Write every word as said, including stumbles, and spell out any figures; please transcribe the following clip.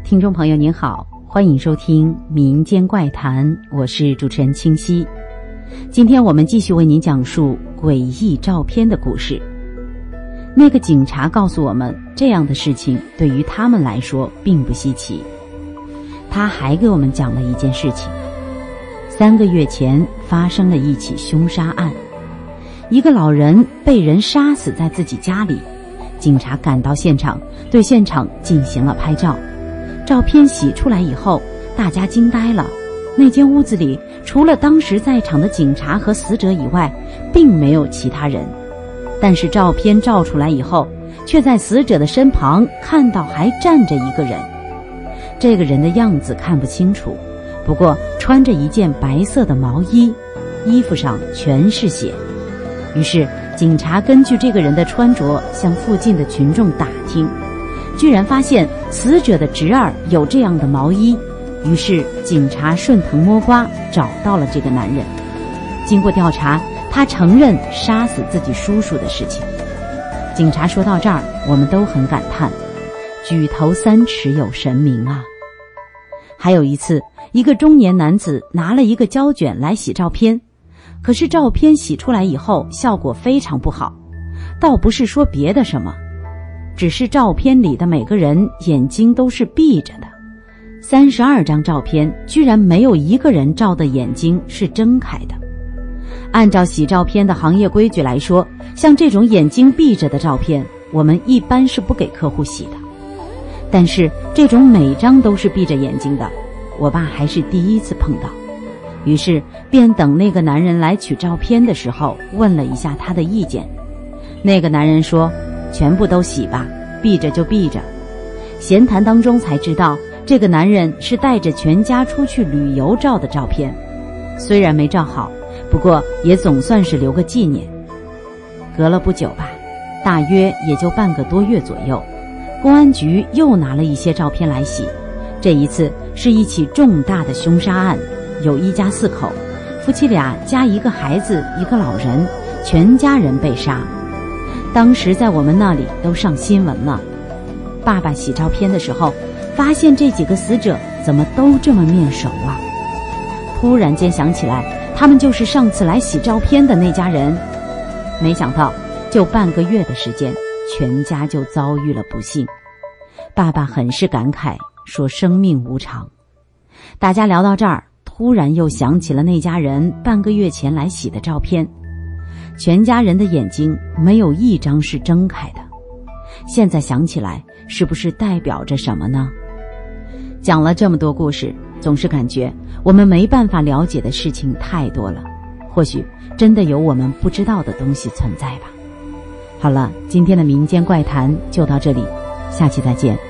听众朋友您好，欢迎收听民间怪谈，我是主持人清溪。今天我们继续为您讲述诡异照片的故事。那个警察告诉我们，这样的事情对于他们来说并不稀奇。他还给我们讲了一件事情，三个月前发生了一起凶杀案，一个老人被人杀死在自己家里，警察赶到现场，对现场进行了拍照。照片洗出来以后，大家惊呆了，那间屋子里除了当时在场的警察和死者以外，并没有其他人。但是照片照出来以后，却在死者的身旁看到还站着一个人。这个人的样子看不清楚，不过穿着一件白色的毛衣，衣服上全是血。于是警察根据这个人的穿着向附近的群众打听，居然发现死者的侄儿有这样的毛衣。于是警察顺藤摸瓜找到了这个男人。经过调查，他承认杀死自己叔叔的事情。警察说到这儿，我们都很感叹，举头三尺有神明啊。还有一次，一个中年男子拿了一个胶卷来洗照片，可是照片洗出来以后效果非常不好，倒不是说别的什么，只是照片里的每个人眼睛都是闭着的，三十二张照片居然没有一个人照的眼睛是睁开的。按照洗照片的行业规矩来说，像这种眼睛闭着的照片，我们一般是不给客户洗的。但是这种每张都是闭着眼睛的，我爸还是第一次碰到。于是便等那个男人来取照片的时候，问了一下他的意见。那个男人说，全部都洗吧，闭着就闭着。闲谈当中才知道，这个男人是带着全家出去旅游照的照片，虽然没照好，不过也总算是留个纪念。隔了不久吧，大约也就半个多月左右，公安局又拿了一些照片来洗。这一次是一起重大的凶杀案，有一家四口，夫妻俩加一个孩子一个老人，全家人被杀。当时在我们那里都上新闻了。爸爸洗照片的时候，发现这几个死者怎么都这么面熟啊。突然间想起来，他们就是上次来洗照片的那家人。没想到就半个月的时间，全家就遭遇了不幸。爸爸很是感慨，说生命无常。大家聊到这儿，突然又想起了那家人半个月前来洗的照片，全家人的眼睛没有一张是睁开的。现在想起来，是不是代表着什么呢？讲了这么多故事，总是感觉我们没办法了解的事情太多了，或许真的有我们不知道的东西存在吧。好了，今天的民间怪谈就到这里，下期再见。